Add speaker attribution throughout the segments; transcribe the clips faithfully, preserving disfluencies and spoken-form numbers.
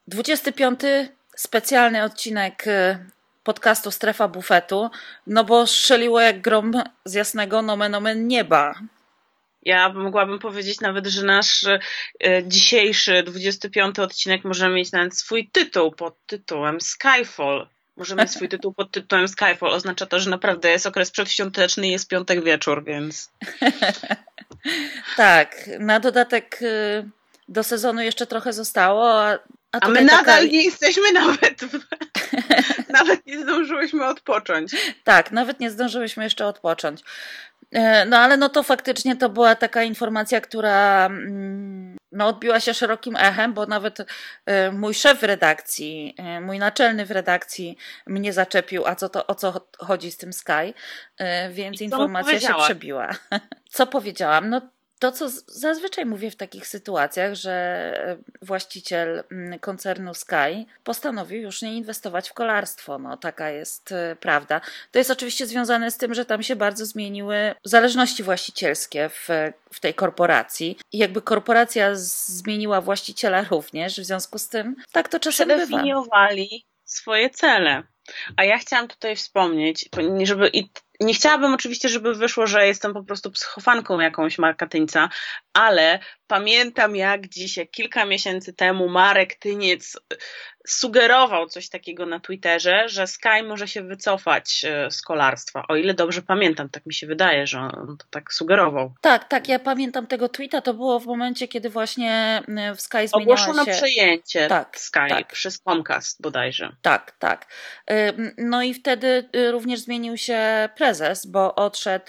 Speaker 1: dwudziesty piąty specjalny odcinek podcastu Strefa Bufetu, no bo strzeliło jak grom z jasnego nomen omen nieba.
Speaker 2: Ja mogłabym powiedzieć nawet, że nasz dzisiejszy dwudziesty piąty odcinek może mieć nawet swój tytuł pod tytułem Skyfall. Może mieć swój tytuł pod tytułem Skyfall. Oznacza to, że naprawdę jest okres przedświąteczny i jest piątek wieczór, więc...
Speaker 1: Tak, na dodatek do sezonu jeszcze trochę zostało, a A,
Speaker 2: A my nadal taka... nie jesteśmy nawet, w... nawet nie zdążyłyśmy odpocząć.
Speaker 1: Tak, nawet nie zdążyłyśmy jeszcze odpocząć. No ale no to faktycznie to była taka informacja, która no, odbiła się szerokim echem, bo nawet mój szef w redakcji, mój naczelny w redakcji mnie zaczepił, a co to, o co chodzi z tym Sky, więc informacja się przebiła. Co powiedziałam? No to, co zazwyczaj mówię w takich sytuacjach, że właściciel koncernu Sky postanowił już nie inwestować w kolarstwo. No, taka jest prawda. To jest oczywiście związane z tym, że tam się bardzo zmieniły zależności właścicielskie w, w tej korporacji. I jakby korporacja zmieniła właściciela również, w związku z tym tak to czasem bywa.
Speaker 2: Przedefiniowali swoje cele. A ja chciałam tutaj wspomnieć, żeby i nie chciałabym oczywiście, żeby wyszło, że jestem po prostu psychofanką jakąś marketyńca, ale pamiętam jak dziś, jak kilka miesięcy temu Marek Tyniec sugerował coś takiego na Twitterze, że Sky może się wycofać z kolarstwa. O ile dobrze pamiętam, tak mi się wydaje, że on to tak sugerował.
Speaker 1: Tak, tak, ja pamiętam tego tweeta, to było w momencie, kiedy właśnie w Sky zmieniała się...
Speaker 2: Ogłoszono przejęcie
Speaker 1: tak,
Speaker 2: Sky
Speaker 1: tak.
Speaker 2: przez Comcast bodajże.
Speaker 1: Tak, tak. No i wtedy również zmienił się prezes, bo odszedł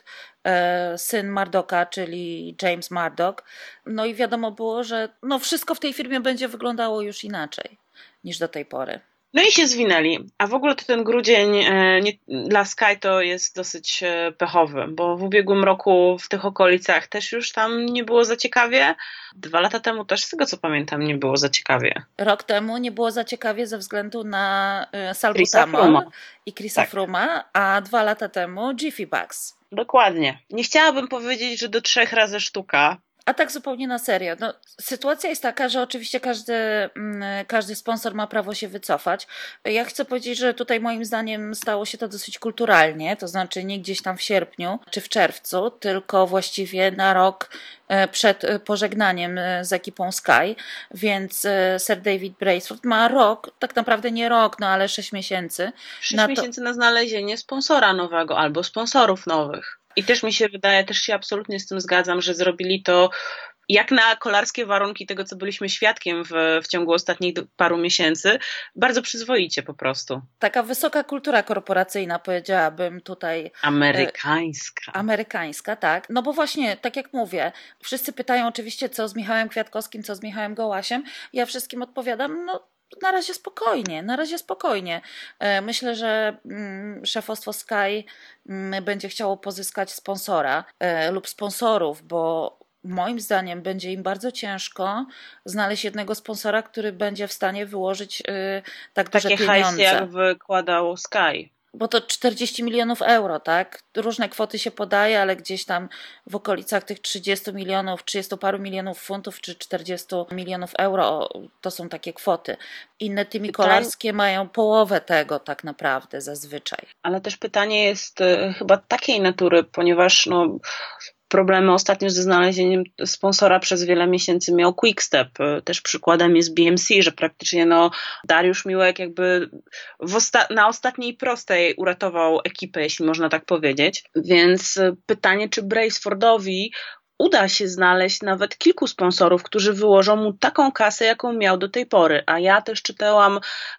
Speaker 1: syn Murdocha, czyli James Murdoch. No i wiadomo było, że no wszystko w tej firmie będzie wyglądało już inaczej niż do tej pory.
Speaker 2: No i się zwinęli. A w ogóle to ten grudzień nie, dla Sky to jest dosyć pechowy, bo w ubiegłym roku w tych okolicach też już tam nie było za ciekawie. Dwa lata temu też, z tego co pamiętam, nie było za ciekawie.
Speaker 1: Rok temu nie było za ciekawie ze względu na salbutamol i Chrisa tak. Frooma, a dwa lata temu Jiffy Bugs.
Speaker 2: Dokładnie. Nie chciałabym powiedzieć, że do trzech razy sztuka.
Speaker 1: A tak zupełnie na serio. No, sytuacja jest taka, że oczywiście każdy, każdy sponsor ma prawo się wycofać. Ja chcę powiedzieć, że tutaj moim zdaniem stało się to dosyć kulturalnie, to znaczy nie gdzieś tam w sierpniu czy w czerwcu, tylko właściwie na rok przed pożegnaniem z ekipą Sky, więc Sir David Brailsford ma rok, tak naprawdę nie rok, no ale sześć miesięcy.
Speaker 2: Sześć na miesięcy to... na znalezienie sponsora nowego albo sponsorów nowych. I też mi się wydaje, też się absolutnie z tym zgadzam, że zrobili to jak na kolarskie warunki tego, co byliśmy świadkiem w, w ciągu ostatnich paru miesięcy, bardzo przyzwoicie po prostu.
Speaker 1: Taka wysoka kultura korporacyjna, powiedziałabym tutaj.
Speaker 2: Amerykańska.
Speaker 1: E, amerykańska, tak. No bo właśnie, tak jak mówię, wszyscy pytają oczywiście, co z Michałem Kwiatkowskim, co z Michałem Gołasiem. Ja wszystkim odpowiadam, no na razie spokojnie, na razie spokojnie. Myślę, że szefostwo Sky będzie chciało pozyskać sponsora lub sponsorów, bo moim zdaniem będzie im bardzo ciężko znaleźć jednego sponsora, który będzie w stanie wyłożyć tak duże
Speaker 2: Takie
Speaker 1: pieniądze.
Speaker 2: hajsy, jak wykładał Sky.
Speaker 1: Bo to czterdzieści milionów euro, tak? Różne kwoty się podaje, ale gdzieś tam w okolicach tych trzydziestu milionów, trzydziestu paru milionów funtów czy czterdziestu milionów euro to są takie kwoty. Inne tymi pytanie... kolarskie mają połowę tego tak naprawdę zazwyczaj.
Speaker 2: Ale też pytanie jest y, chyba takiej natury, ponieważ no... problemy ostatnio ze znalezieniem sponsora przez wiele miesięcy miał Quickstep. Też przykładem jest B M C, że praktycznie no Dariusz Miłek jakby w osta- na ostatniej prostej uratował ekipę, jeśli można tak powiedzieć. Więc pytanie, czy Brailsfordowi uda się znaleźć nawet kilku sponsorów, którzy wyłożą mu taką kasę, jaką miał do tej pory. A ja też czytałam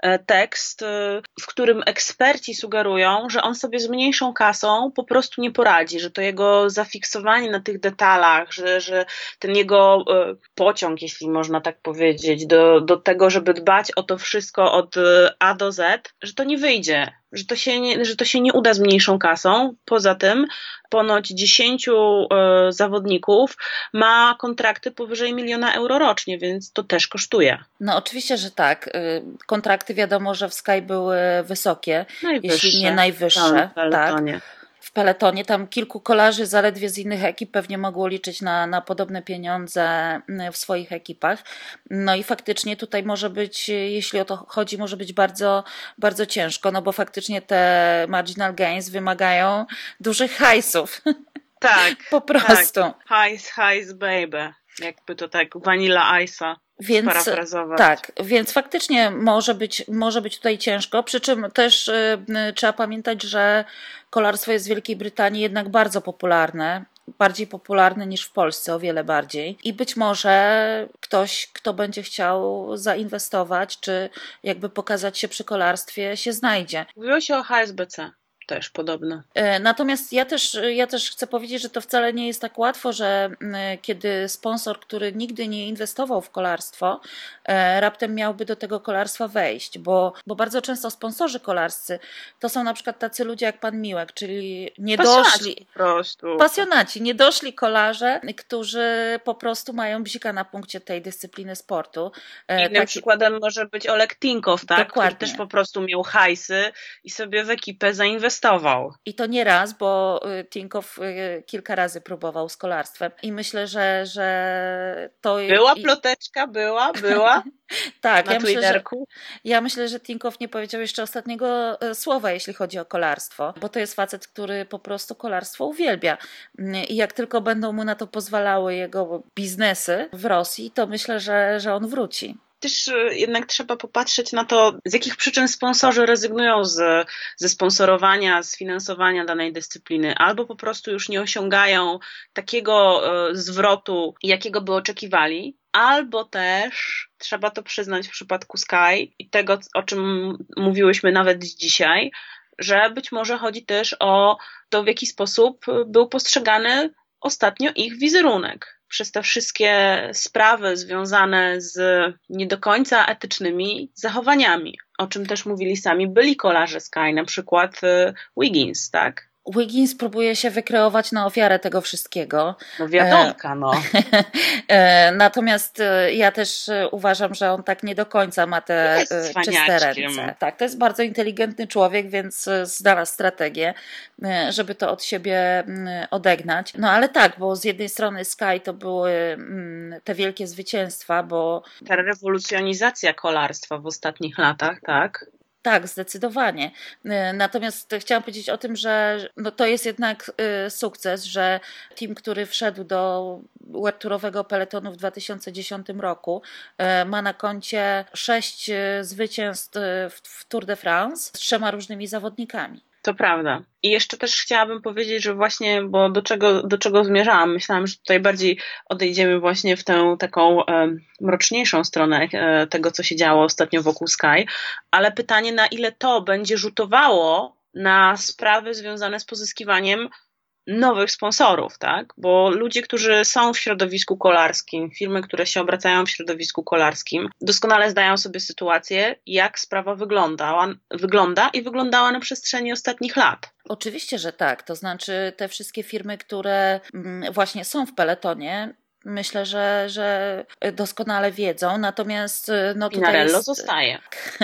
Speaker 2: tekst, w którym eksperci sugerują, że on sobie z mniejszą kasą po prostu nie poradzi, że to jego zafiksowanie na tych detalach, że, że ten jego pociąg, jeśli można tak powiedzieć, do, do tego, żeby dbać o to wszystko od A do Z, że to nie wyjdzie. Że to się nie, że to się nie uda z mniejszą kasą. Poza tym ponoć dziesięciu y, zawodników ma kontrakty powyżej miliona euro rocznie, więc to też kosztuje.
Speaker 1: No oczywiście, że tak. Kontrakty wiadomo, że w Sky były wysokie,
Speaker 2: Najwyższe,
Speaker 1: jeśli nie najwyższe.
Speaker 2: Tak.
Speaker 1: W w peletonie. Tam kilku kolarzy zaledwie z innych ekip pewnie mogło liczyć na, na podobne pieniądze w swoich ekipach. No i faktycznie tutaj może być, jeśli o to chodzi, może być bardzo, bardzo ciężko, no bo faktycznie te marginal gains wymagają dużych hajsów.
Speaker 2: Tak.
Speaker 1: Po prostu.
Speaker 2: Tak. Hajs, hajs, baby. Jakby to tak Vanilla Ice'a
Speaker 1: Więc,
Speaker 2: sparafrazować.
Speaker 1: tak, więc faktycznie może być, może być tutaj ciężko, przy czym też y, trzeba pamiętać, że kolarstwo jest w Wielkiej Brytanii jednak bardzo popularne, bardziej popularne niż w Polsce, o wiele bardziej i być może ktoś, kto będzie chciał zainwestować, czy jakby pokazać się przy kolarstwie, się znajdzie.
Speaker 2: Mówiło się o H S B C. Też podobno.
Speaker 1: Natomiast ja też, ja też chcę powiedzieć, że to wcale nie jest tak łatwo, że kiedy sponsor, który nigdy nie inwestował w kolarstwo, raptem miałby do tego kolarstwa wejść, bo, bo bardzo często sponsorzy kolarscy to są na przykład tacy ludzie jak pan Miłek, czyli niedoszli,
Speaker 2: po prostu.
Speaker 1: pasjonaci, niedoszli kolarze, którzy po prostu mają bzika na punkcie tej dyscypliny sportu.
Speaker 2: Innym Taki... przykładem może być Oleg Tinkoff, tak? Który też po prostu miał hajsy i sobie w ekipę zainwestował.
Speaker 1: I to nie raz, bo Tinkoff kilka razy próbował z kolarstwem i myślę, że, że to...
Speaker 2: Była ploteczka, była, była.
Speaker 1: Tak,
Speaker 2: na
Speaker 1: ja myślę, że,
Speaker 2: ja
Speaker 1: myślę, że Tinkoff nie powiedział jeszcze ostatniego słowa, jeśli chodzi o kolarstwo, bo to jest facet, który po prostu kolarstwo uwielbia. I jak tylko będą mu na to pozwalały jego biznesy w Rosji, to myślę, że, że on wróci.
Speaker 2: Też jednak trzeba popatrzeć na to, z jakich przyczyn sponsorzy rezygnują z, ze sponsorowania, z finansowania danej dyscypliny, albo po prostu już nie osiągają takiego e, zwrotu, jakiego by oczekiwali, albo też, trzeba to przyznać w przypadku Sky i tego, o czym mówiłyśmy nawet dzisiaj, że być może chodzi też o to, w jaki sposób był postrzegany ostatnio ich wizerunek. Przez te wszystkie sprawy związane z nie do końca etycznymi zachowaniami, o czym też mówili sami byli kolarze Sky, na przykład Wiggins, tak?
Speaker 1: Wiggins próbuje się wykreować na ofiarę tego wszystkiego.
Speaker 2: No wiadomka, no.
Speaker 1: Natomiast ja też uważam, że on tak nie do końca ma te czyste ręce. Tak, to jest bardzo inteligentny człowiek, więc znalazł strategię, żeby to od siebie odegnać. No ale tak, bo z jednej strony Sky to były te wielkie zwycięstwa, bo...
Speaker 2: Ta rewolucjonizacja kolarstwa w ostatnich latach, tak?
Speaker 1: Tak, zdecydowanie. Natomiast chciałam powiedzieć o tym, że no to jest jednak sukces, że team, który wszedł do World Tourowego peletonu w dwa tysiące dziesiątym roku, ma na koncie sześć zwycięstw w Tour de France z trzema różnymi zawodnikami.
Speaker 2: To prawda. I jeszcze też chciałabym powiedzieć, że właśnie, bo do czego, do czego zmierzałam, myślałam, że tutaj bardziej odejdziemy właśnie w tę taką e, mroczniejszą stronę e, tego, co się działo ostatnio wokół Sky, ale pytanie, na ile to będzie rzutowało na sprawy związane z pozyskiwaniem nowych sponsorów, tak? Bo ludzie, którzy są w środowisku kolarskim, firmy, które się obracają w środowisku kolarskim, doskonale zdają sobie sytuację, jak sprawa wyglądała, wygląda i wyglądała na przestrzeni ostatnich lat.
Speaker 1: Oczywiście, że tak. To znaczy te wszystkie firmy, które właśnie są w peletonie, myślę, że, że doskonale wiedzą, natomiast no tutaj
Speaker 2: Pinarello
Speaker 1: jest...
Speaker 2: zostaje.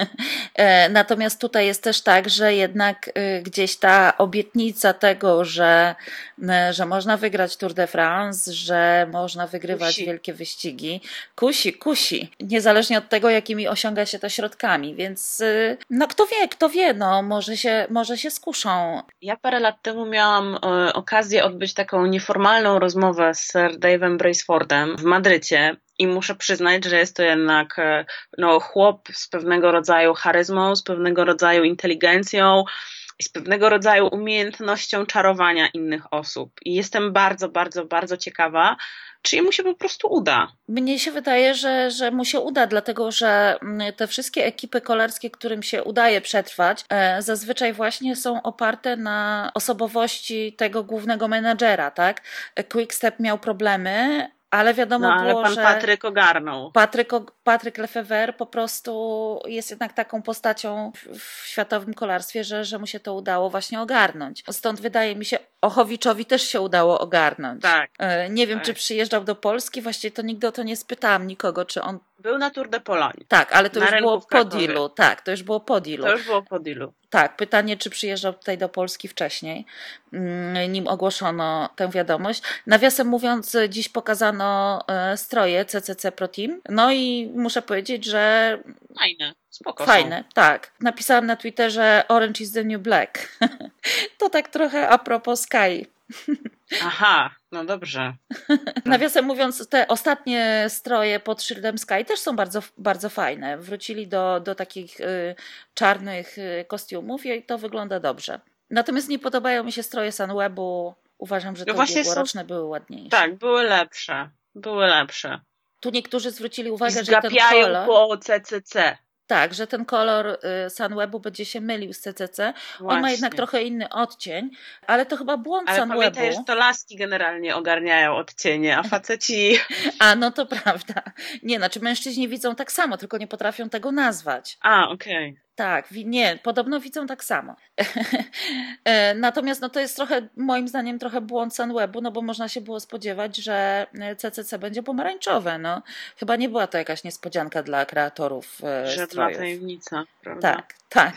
Speaker 1: Natomiast tutaj jest też tak, że jednak gdzieś ta obietnica tego, że, że można wygrać Tour de France, że można wygrywać kusi. wielkie wyścigi, kusi, kusi. Niezależnie od tego, jakimi osiąga się to środkami, więc no kto wie, kto wie, no może się, może się skuszą.
Speaker 2: Ja parę lat temu miałam e, okazję odbyć taką nieformalną rozmowę z Sir Dave'em Bracefordem w Madrycie. I muszę przyznać, że jest to jednak no, chłop z pewnego rodzaju charyzmą, z pewnego rodzaju inteligencją i z pewnego rodzaju umiejętnością czarowania innych osób. I jestem bardzo, bardzo, bardzo ciekawa, czy jemu się po prostu uda.
Speaker 1: Mnie się wydaje, że, że mu się uda, dlatego że te wszystkie ekipy kolarskie, którym się udaje przetrwać, zazwyczaj właśnie są oparte na osobowości tego głównego menadżera, tak? Quickstep miał problemy, ale wiadomo
Speaker 2: no, ale
Speaker 1: było,
Speaker 2: pan
Speaker 1: że
Speaker 2: Patryk ogarnął.
Speaker 1: Patryk, Patryk Lefevere po prostu jest jednak taką postacią w, w światowym kolarstwie, że, że mu się to udało właśnie ogarnąć. Stąd wydaje mi się, Ochowiczowi też się udało ogarnąć.
Speaker 2: Tak.
Speaker 1: Nie wiem,
Speaker 2: tak.
Speaker 1: czy przyjeżdżał do Polski, właściwie to nigdy o to nie spytałam nikogo, czy on...
Speaker 2: Był na Tour de Pologne.
Speaker 1: Tak, ale to
Speaker 2: na
Speaker 1: już było po
Speaker 2: Krakowie.
Speaker 1: dealu. Tak, to już było po dealu.
Speaker 2: To już było po dealu.
Speaker 1: Tak, pytanie, czy przyjeżdżał tutaj do Polski wcześniej, nim ogłoszono tę wiadomość. Nawiasem mówiąc, dziś pokazano stroje C C C Pro Team, no i muszę powiedzieć, że...
Speaker 2: Fajne, spoko
Speaker 1: Fajne,
Speaker 2: są.
Speaker 1: tak. Napisałam na Twitterze Orange is the new black. To tak trochę a propos Sky.
Speaker 2: Aha, no dobrze.
Speaker 1: Nawiasem mówiąc, te ostatnie stroje pod szyldem Sky też są bardzo, bardzo fajne. Wrócili do, do takich y, czarnych y, kostiumów i to wygląda dobrze. Natomiast nie podobają mi się stroje Sunwebu. Uważam, że te
Speaker 2: no
Speaker 1: ubiegłoroczne są... były ładniejsze.
Speaker 2: Tak, były lepsze. Były lepsze.
Speaker 1: Tu niektórzy zwrócili uwagę,
Speaker 2: I
Speaker 1: że ten kolor...
Speaker 2: po C C C.
Speaker 1: Tak, że ten kolor Sunwebu będzie się mylił z C C C.
Speaker 2: Właśnie.
Speaker 1: On ma jednak trochę inny odcień, ale to chyba błąd
Speaker 2: ale
Speaker 1: Sunwebu.
Speaker 2: Ale pamiętaj, że to laski generalnie ogarniają odcienie, a faceci...
Speaker 1: A, no to prawda. Nie, znaczy mężczyźni widzą tak samo, tylko nie potrafią tego nazwać.
Speaker 2: A, okej. Okay.
Speaker 1: Tak, nie, podobno widzą tak samo. Natomiast no to jest trochę, moim zdaniem, trochę błąd Sunwebu, no bo można się było spodziewać, że C C C będzie pomarańczowe. No. Chyba nie była to jakaś niespodzianka dla kreatorów
Speaker 2: Żadna
Speaker 1: strojów.
Speaker 2: tajemnica, prawda?
Speaker 1: Tak, tak.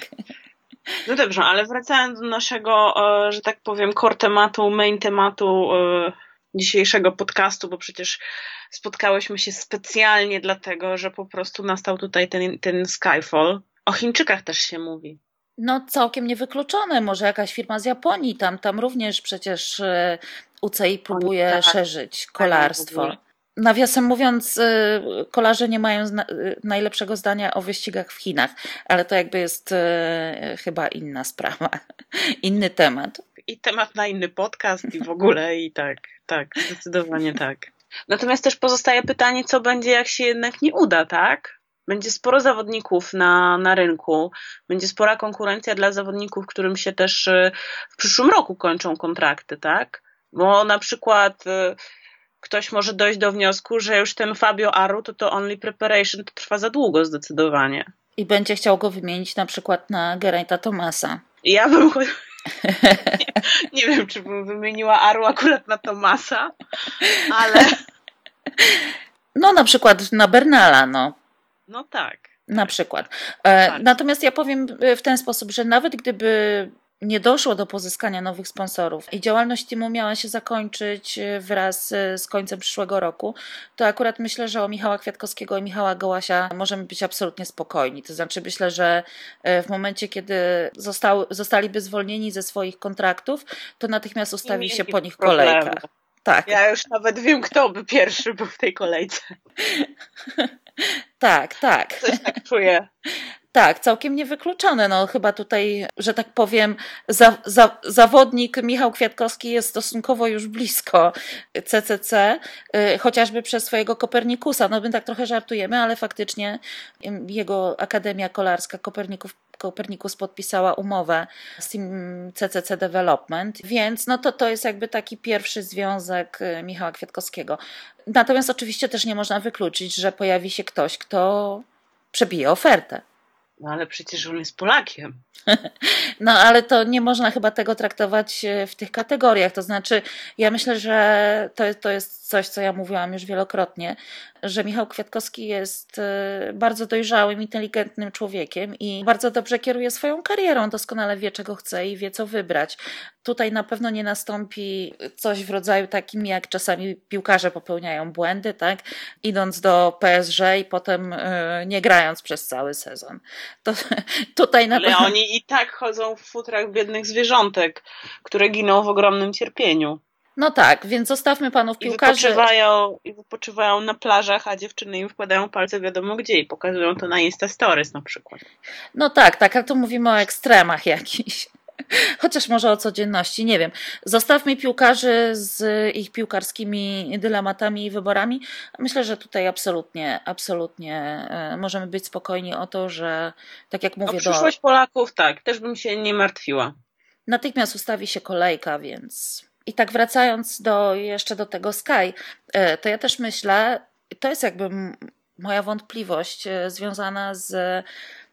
Speaker 2: No dobrze, ale wracając do naszego, że tak powiem, core tematu, main tematu dzisiejszego podcastu, bo przecież spotkałyśmy się specjalnie dlatego, że po prostu nastał tutaj ten, ten Skyfall. O Chińczykach też się mówi.
Speaker 1: No całkiem niewykluczone. Może jakaś firma z Japonii, tam, tam również przecież U C I próbuje Oni, tak, szerzyć kolarstwo. Tak, nawiasem mówiąc, kolarze nie mają zna- najlepszego zdania o wyścigach w Chinach, ale to jakby jest e, chyba inna sprawa, inny temat.
Speaker 2: I temat na inny podcast i w ogóle i tak, tak, zdecydowanie tak. Natomiast też pozostaje pytanie, co będzie, jak się jednak nie uda, tak? Będzie sporo zawodników na, na rynku, będzie spora konkurencja dla zawodników, którym się też w przyszłym roku kończą kontrakty, tak? Bo na przykład ktoś może dojść do wniosku, że już ten Fabio Aru to to only preparation to trwa za długo zdecydowanie.
Speaker 1: I będzie chciał go wymienić na przykład na Geraint'a Thomasa.
Speaker 2: Ja bym... nie, nie wiem, czy bym wymieniła Aru akurat na Thomasa, ale...
Speaker 1: No na przykład na Bernala, no.
Speaker 2: No tak.
Speaker 1: Na przykład. E, natomiast ja powiem w ten sposób, że nawet gdyby nie doszło do pozyskania nowych sponsorów i działalność teamu miała się zakończyć wraz z końcem przyszłego roku, to akurat myślę, że o Michała Kwiatkowskiego i Michała Gołasia możemy być absolutnie spokojni. To znaczy myślę, że w momencie, kiedy został, zostaliby zwolnieni ze swoich kontraktów, to natychmiast ustawi się po nich
Speaker 2: problemu.
Speaker 1: kolejka. Tak.
Speaker 2: Ja już nawet wiem, kto by pierwszy był w tej kolejce.
Speaker 1: Tak, tak.
Speaker 2: Coś tak czuję.
Speaker 1: Tak, całkiem niewykluczone. No chyba tutaj, że tak powiem, za, za, zawodnik Michał Kwiatkowski jest stosunkowo już blisko C C C, y, chociażby przez swojego Kopernikusa. No my tak trochę żartujemy, ale faktycznie jego Akademia Kolarska Koperników Kopernikus podpisała umowę z Team C C C Development, więc no to, to jest jakby taki pierwszy związek Michała Kwiatkowskiego. Natomiast oczywiście też nie można wykluczyć, że pojawi się ktoś, kto przebije ofertę.
Speaker 2: No ale przecież on jest Polakiem.
Speaker 1: No ale to nie można chyba tego traktować w tych kategoriach. To znaczy, ja myślę, że to, to jest coś, co ja mówiłam już wielokrotnie, że Michał Kwiatkowski jest bardzo dojrzałym, inteligentnym człowiekiem i bardzo dobrze kieruje swoją karierą. Doskonale wie, czego chce i wie, co wybrać. Tutaj na pewno nie nastąpi coś w rodzaju takim, jak czasami piłkarze popełniają błędy, tak? Idąc do P S G i potem nie grając przez cały sezon. To, tutaj na
Speaker 2: Ale
Speaker 1: pewno...
Speaker 2: oni i tak chodzą w futrach biednych zwierzątek, które giną w ogromnym cierpieniu.
Speaker 1: No tak, więc zostawmy panów piłkarzy.
Speaker 2: I wypoczywają, I wypoczywają na plażach, a dziewczyny im wkładają palce wiadomo gdzie i pokazują to na Insta Stories na przykład.
Speaker 1: No tak, tak, ale tu mówimy o ekstremach jakichś. Chociaż może o codzienności, nie wiem. Zostawmy piłkarzy z ich piłkarskimi dylematami i wyborami. Myślę, że tutaj absolutnie, absolutnie możemy być spokojni o to, że tak jak mówię...
Speaker 2: O przyszłość do... Polaków tak, też bym się nie martwiła.
Speaker 1: Natychmiast ustawi się kolejka, więc... I tak wracając do, jeszcze do tego Sky, to ja też myślę, to jest jakby moja wątpliwość związana z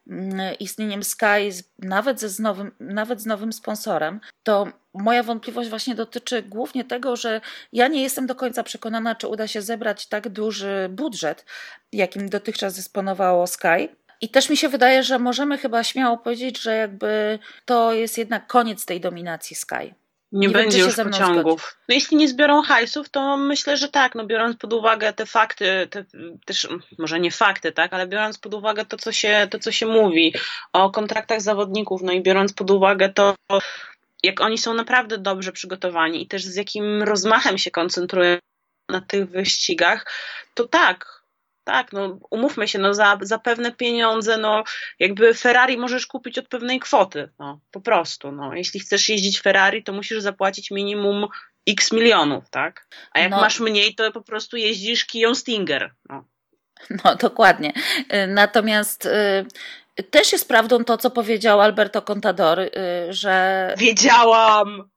Speaker 1: istnieniem Sky, nawet, ze z nowym, nawet z nowym sponsorem, to moja wątpliwość właśnie dotyczy głównie tego, że ja nie jestem do końca przekonana, czy uda się zebrać tak duży budżet, jakim dotychczas dysponowało Sky. I też mi się wydaje, że możemy chyba śmiało powiedzieć, że jakby to jest jednak koniec tej dominacji Sky.
Speaker 2: Nie,
Speaker 1: Nie
Speaker 2: będzie
Speaker 1: wiem,
Speaker 2: już pociągów. No jeśli nie zbiorą hajsów, to myślę, że tak, no biorąc pod uwagę te fakty, te, też może nie fakty, tak, ale biorąc pod uwagę to co, się, to, co się mówi o kontraktach zawodników, no i biorąc pod uwagę to, jak oni są naprawdę dobrze przygotowani i też z jakim rozmachem się koncentrują na tych wyścigach, to tak, tak, no umówmy się, no za, za pewne pieniądze, no jakby Ferrari możesz kupić od pewnej kwoty, no po prostu, no jeśli chcesz jeździć Ferrari, to musisz zapłacić minimum x milionów, tak, a jak no. masz mniej, to po prostu jeździsz Kiją Stinger, no.
Speaker 1: No dokładnie, natomiast y, też jest prawdą to, co powiedział Alberto Contador, y, że...
Speaker 2: Wiedziałam!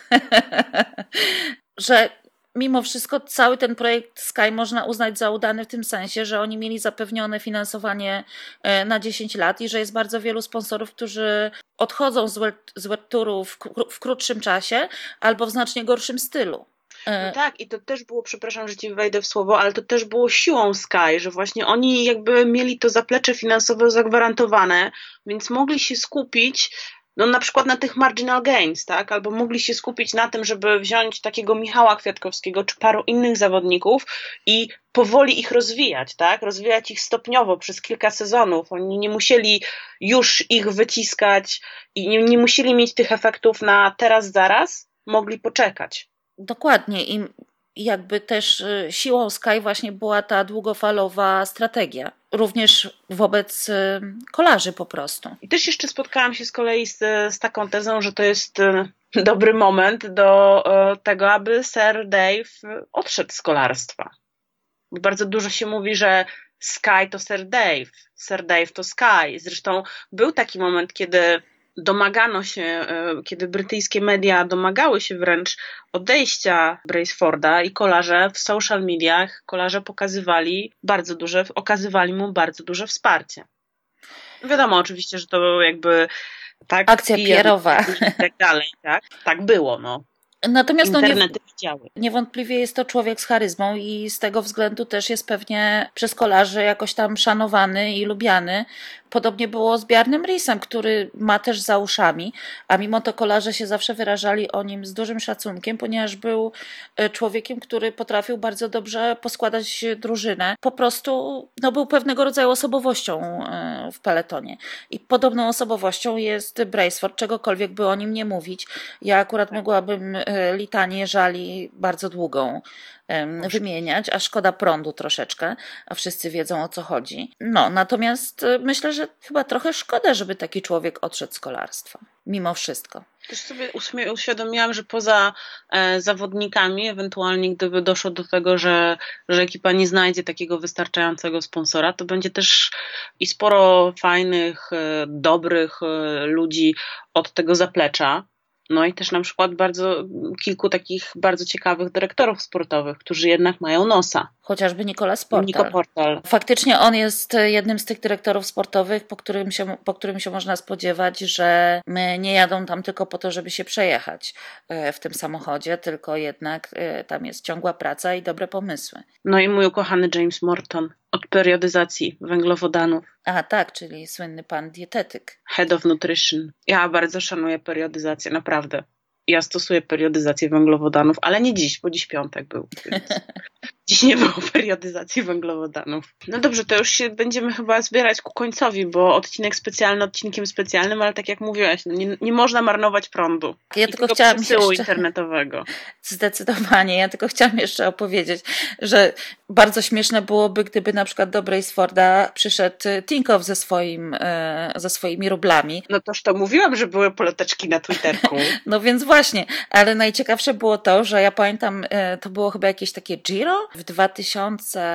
Speaker 1: że mimo wszystko cały ten projekt Sky można uznać za udany w tym sensie, że oni mieli zapewnione finansowanie na dziesięć lat i że jest bardzo wielu sponsorów, którzy odchodzą z World, z World Touru w, w krótszym czasie albo w znacznie gorszym stylu.
Speaker 2: No tak, i to też było, przepraszam, że ci wejdę w słowo, ale to też było siłą Sky, że właśnie oni jakby mieli to zaplecze finansowe zagwarantowane, więc mogli się skupić no na przykład na tych marginal gains, tak? Albo mogli się skupić na tym, żeby wziąć takiego Michała Kwiatkowskiego czy paru innych zawodników i powoli ich rozwijać, tak? Rozwijać ich stopniowo przez kilka sezonów. Oni nie musieli już ich wyciskać i nie, nie musieli mieć tych efektów na teraz, zaraz, mogli poczekać.
Speaker 1: Dokładnie i jakby też siłą Sky właśnie była ta długofalowa strategia. Również wobec kolarzy po prostu.
Speaker 2: I też jeszcze spotkałam się z kolei z, z taką tezą, że to jest dobry moment do tego, aby Sir Dave odszedł z kolarstwa. Bo bardzo dużo się mówi, że Sky to Sir Dave, Sir Dave to Sky. Zresztą był taki moment, kiedy domagano się, kiedy brytyjskie media domagały się wręcz odejścia Braceforda i kolarze w social mediach, kolarze pokazywali bardzo duże, okazywali mu bardzo duże wsparcie. Wiadomo oczywiście, że to jakby tak,
Speaker 1: akcja P R-owa
Speaker 2: i tak dalej, tak? Tak było, no.
Speaker 1: Natomiast
Speaker 2: internety
Speaker 1: no,
Speaker 2: widziały.
Speaker 1: Niewątpliwie jest to człowiek z charyzmą i z tego względu też jest pewnie przez kolarzy jakoś tam szanowany i lubiany. Podobnie było z Bjarnym Riesem, który ma też za uszami, a mimo to kolarze się zawsze wyrażali o nim z dużym szacunkiem, ponieważ był człowiekiem, który potrafił bardzo dobrze poskładać drużynę. Po prostu no, był pewnego rodzaju osobowością w peletonie. I podobną osobowością jest Braceford, czegokolwiek by o nim nie mówić. Ja akurat mogłabym litanię żali bardzo długą wymieniać, a szkoda prądu troszeczkę, a wszyscy wiedzą o co chodzi. No, natomiast myślę, że chyba trochę szkoda, żeby taki człowiek odszedł z kolarstwa. Mimo wszystko.
Speaker 2: Też sobie uświadomiłam, że poza e, zawodnikami, ewentualnie gdyby doszło do tego, że, że ekipa nie znajdzie takiego wystarczającego sponsora, to będzie też i sporo fajnych, e, dobrych e, ludzi od tego zaplecza. No i też na przykład bardzo kilku takich bardzo ciekawych dyrektorów sportowych, którzy jednak mają nosa.
Speaker 1: Chociażby Nicolas Portal.
Speaker 2: Nico Portal.
Speaker 1: Faktycznie on jest jednym z tych dyrektorów sportowych, po którym, się, po którym się można spodziewać, że nie jadą tam tylko po to, żeby się przejechać w tym samochodzie, tylko jednak tam jest ciągła praca i dobre pomysły.
Speaker 2: No i mój ukochany James Morton od periodyzacji węglowodanów.
Speaker 1: A tak, czyli słynny pan dietetyk.
Speaker 2: Head of Nutrition. Ja bardzo szanuję periodyzację, naprawdę. Ja stosuję periodyzację węglowodanów, ale nie dziś, bo dziś piątek był. Więc dziś nie było periodyzacji węglowodanów. No dobrze, to już się będziemy chyba zbierać ku końcowi, bo odcinek specjalny odcinkiem specjalnym, ale tak jak mówiłaś, no nie, nie można marnować prądu.
Speaker 1: Ja
Speaker 2: I
Speaker 1: tylko chciałam
Speaker 2: przesyłu
Speaker 1: jeszcze...
Speaker 2: internetowego.
Speaker 1: Zdecydowanie. Ja tylko chciałam jeszcze opowiedzieć, że bardzo śmieszne byłoby, gdyby na przykład do Braceforda przyszedł Tinkoff ze, swoim, ze swoimi rublami.
Speaker 2: No toż to mówiłam, że były ploteczki na Twitterku.
Speaker 1: No więc właśnie, ale najciekawsze było to, że ja pamiętam, to było chyba jakieś takie Giro w dwa tysiące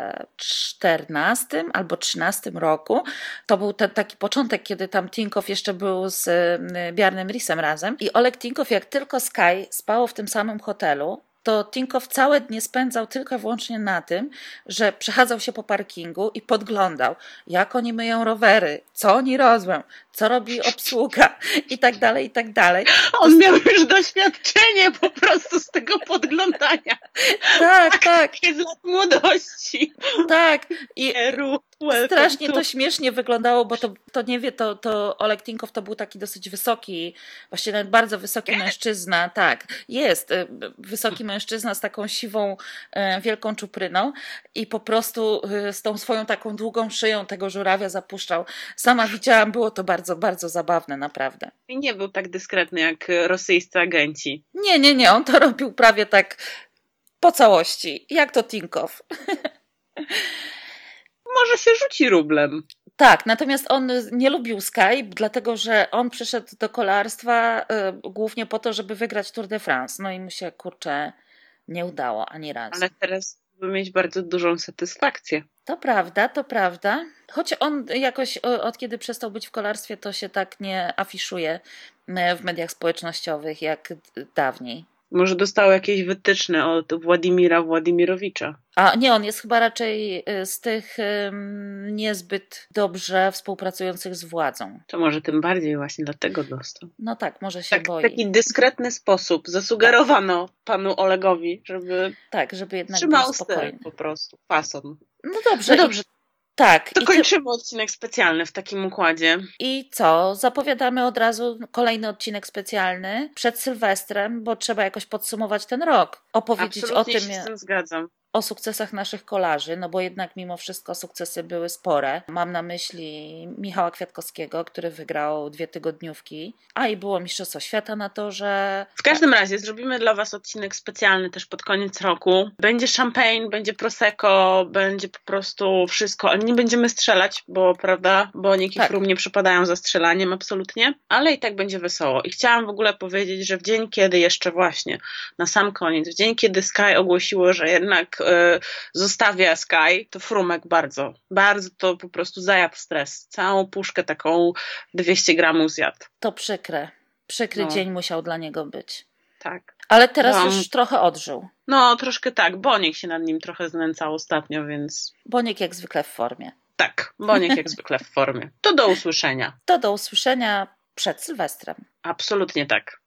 Speaker 1: czternastym albo trzynastym roku. To był ten taki początek, kiedy tam Tinkoff jeszcze był z Bjarnym Riesem razem i Oleg Tinkoff, jak tylko Sky spało w tym samym hotelu, to Tinkoff całe dnie spędzał tylko i wyłącznie na tym, że przechadzał się po parkingu i podglądał, jak oni myją rowery, co oni robią, co robi obsługa i tak dalej, i tak dalej.
Speaker 2: On miał już doświadczenie po prostu z tego podglądania.
Speaker 1: Tak, tak.
Speaker 2: Z lat młodości.
Speaker 1: Tak. I strasznie
Speaker 2: to
Speaker 1: to śmiesznie wyglądało, bo to, to nie wie, to, to Oleg Tinkoff to był taki dosyć wysoki, właściwie nawet bardzo wysoki mężczyzna. Tak, jest wysoki mężczyzna z taką siwą, wielką czupryną i po prostu z tą swoją taką długą szyją tego żurawia zapuszczał. Sama widziałam, było to bardzo, bardzo zabawne, naprawdę.
Speaker 2: I nie był tak dyskretny jak rosyjscy agenci.
Speaker 1: Nie, nie, nie, on to robił prawie tak po całości, jak to Tinkoff.
Speaker 2: Może się rzuci rublem.
Speaker 1: Tak, natomiast on nie lubił Sky, dlatego że on przyszedł do kolarstwa y, głównie po to, żeby wygrać Tour de France. No i mu się, kurczę, nie udało ani razu.
Speaker 2: Ale teraz by mieć bardzo dużą satysfakcję.
Speaker 1: To prawda, to prawda. Choć on jakoś od kiedy przestał być w kolarstwie, to się tak nie afiszuje w mediach społecznościowych jak dawniej.
Speaker 2: Może dostał jakieś wytyczne od Władimira Władimirowicza.
Speaker 1: A nie, on jest chyba raczej z tych um, niezbyt dobrze współpracujących z władzą.
Speaker 2: To może tym bardziej właśnie dlatego dostał.
Speaker 1: No tak, może się
Speaker 2: tak,
Speaker 1: boi.
Speaker 2: W taki dyskretny sposób zasugerowano tak. panu Olegowi, żeby
Speaker 1: tak, żeby jednak
Speaker 2: trzymał ster po prostu, fason.
Speaker 1: No dobrze.
Speaker 2: No dobrze.
Speaker 1: Tak.
Speaker 2: To
Speaker 1: i
Speaker 2: kończymy
Speaker 1: ty...
Speaker 2: odcinek specjalny w takim układzie.
Speaker 1: I co? Zapowiadamy od razu kolejny odcinek specjalny przed Sylwestrem, bo trzeba jakoś podsumować ten rok. Opowiedzieć
Speaker 2: Absolutnie
Speaker 1: o tym.
Speaker 2: się z tym zgadzam.
Speaker 1: O sukcesach naszych kolarzy, no bo jednak mimo wszystko sukcesy były spore. Mam na myśli Michała Kwiatkowskiego, który wygrał dwie tygodniówki, a i było Mistrzostwo Świata na torze.
Speaker 2: W każdym razie zrobimy dla was odcinek specjalny też pod koniec roku. Będzie champagne, będzie prosecco, będzie po prostu wszystko, ale nie będziemy strzelać, bo prawda, bo Nick i
Speaker 1: tak.
Speaker 2: Froome nie przypadają za strzelaniem absolutnie, ale i tak będzie wesoło. I chciałam w ogóle powiedzieć, że w dzień, kiedy jeszcze właśnie, na sam koniec, w dzień, kiedy Sky ogłosiło, że jednak zostawia Sky, to Frumek bardzo, bardzo to po prostu zajadł stres. Całą puszkę taką dwieście gramów zjadł.
Speaker 1: To przykre. Przykry
Speaker 2: no.
Speaker 1: dzień musiał dla niego być.
Speaker 2: Tak.
Speaker 1: Ale teraz
Speaker 2: no.
Speaker 1: już trochę odżył.
Speaker 2: No, troszkę tak. Boniek się nad nim trochę znęcał ostatnio, więc...
Speaker 1: Boniek jak zwykle w formie.
Speaker 2: Tak, Boniek jak zwykle w formie. To do usłyszenia.
Speaker 1: To do usłyszenia przed Sylwestrem.
Speaker 2: Absolutnie tak.